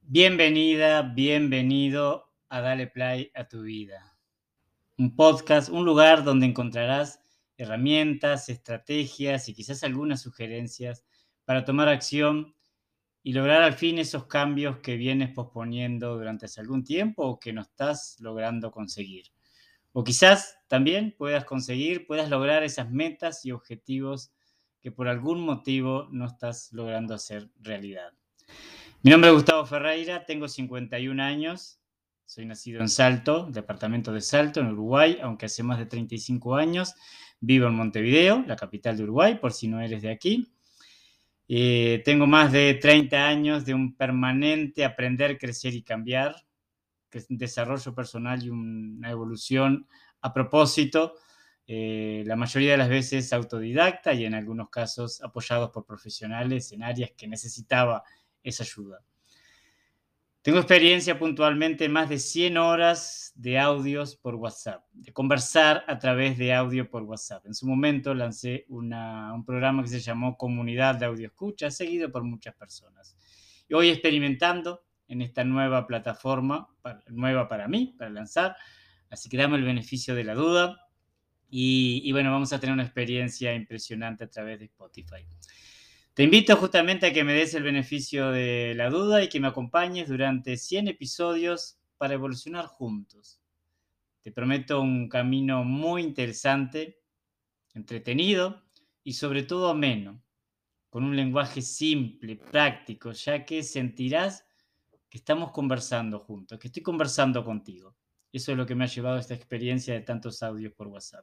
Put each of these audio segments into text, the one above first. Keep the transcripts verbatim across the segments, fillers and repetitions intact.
Bienvenida, bienvenido a Dale Play a tu vida. Un podcast, un lugar donde encontrarás herramientas, estrategias y quizás algunas sugerencias para tomar acción y lograr al fin esos cambios que vienes posponiendo durante hace algún tiempo o que no estás logrando conseguir. O quizás también puedas conseguir, puedas lograr esas metas y objetivos que por algún motivo no estás logrando hacer realidad. Mi nombre es Gustavo Ferreira, tengo cincuenta y un años, soy nacido en Salto, departamento de Salto, en Uruguay, aunque hace más de treinta y cinco años vivo en Montevideo, la capital de Uruguay, por si no eres de aquí. Eh, tengo más de treinta años de un permanente aprender, crecer y cambiar, que es un desarrollo personal y una evolución a propósito, eh, la mayoría de las veces autodidacta y en algunos casos apoyados por profesionales en áreas que necesitaba esa ayuda. Tengo experiencia puntualmente en más de cien horas de audios por WhatsApp, de conversar a través de audio por WhatsApp. En su momento lancé una, un programa que se llamó Comunidad de Audio Escucha, seguido por muchas personas. Y hoy experimentando en esta nueva plataforma, para, nueva para mí, para lanzar, así que dame el beneficio de la duda. Y, y bueno, vamos a tener una experiencia impresionante a través de Spotify. Te invito justamente a que me des el beneficio de la duda y que me acompañes durante cien episodios para evolucionar juntos. Te prometo un camino muy interesante, entretenido y sobre todo ameno, con un lenguaje simple, práctico, ya que sentirás que estamos conversando juntos, que estoy conversando contigo. Eso es lo que me ha llevado a esta experiencia de tantos audios por WhatsApp.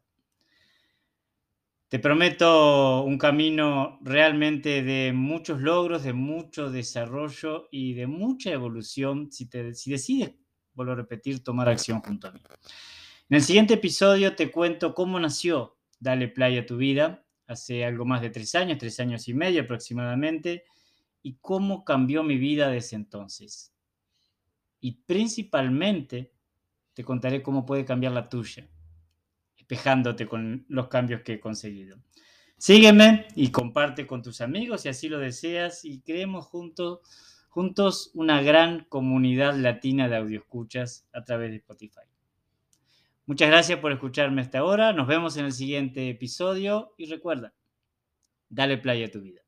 Te prometo un camino realmente de muchos logros, de mucho desarrollo y de mucha evolución si, te, si decides, vuelvo a repetir, tomar acción junto a mí. En el siguiente episodio te cuento cómo nació Dale Play a tu vida, hace algo más de tres años, tres años y medio aproximadamente, y cómo cambió mi vida desde entonces. Y principalmente te contaré cómo puede cambiar la tuya, espejándote con los cambios que he conseguido. Sígueme y comparte con tus amigos si así lo deseas y creemos juntos, juntos una gran comunidad latina de audioescuchas a través de Spotify. Muchas gracias por escucharme hasta ahora. Nos vemos en el siguiente episodio y recuerda, dale play a tu vida.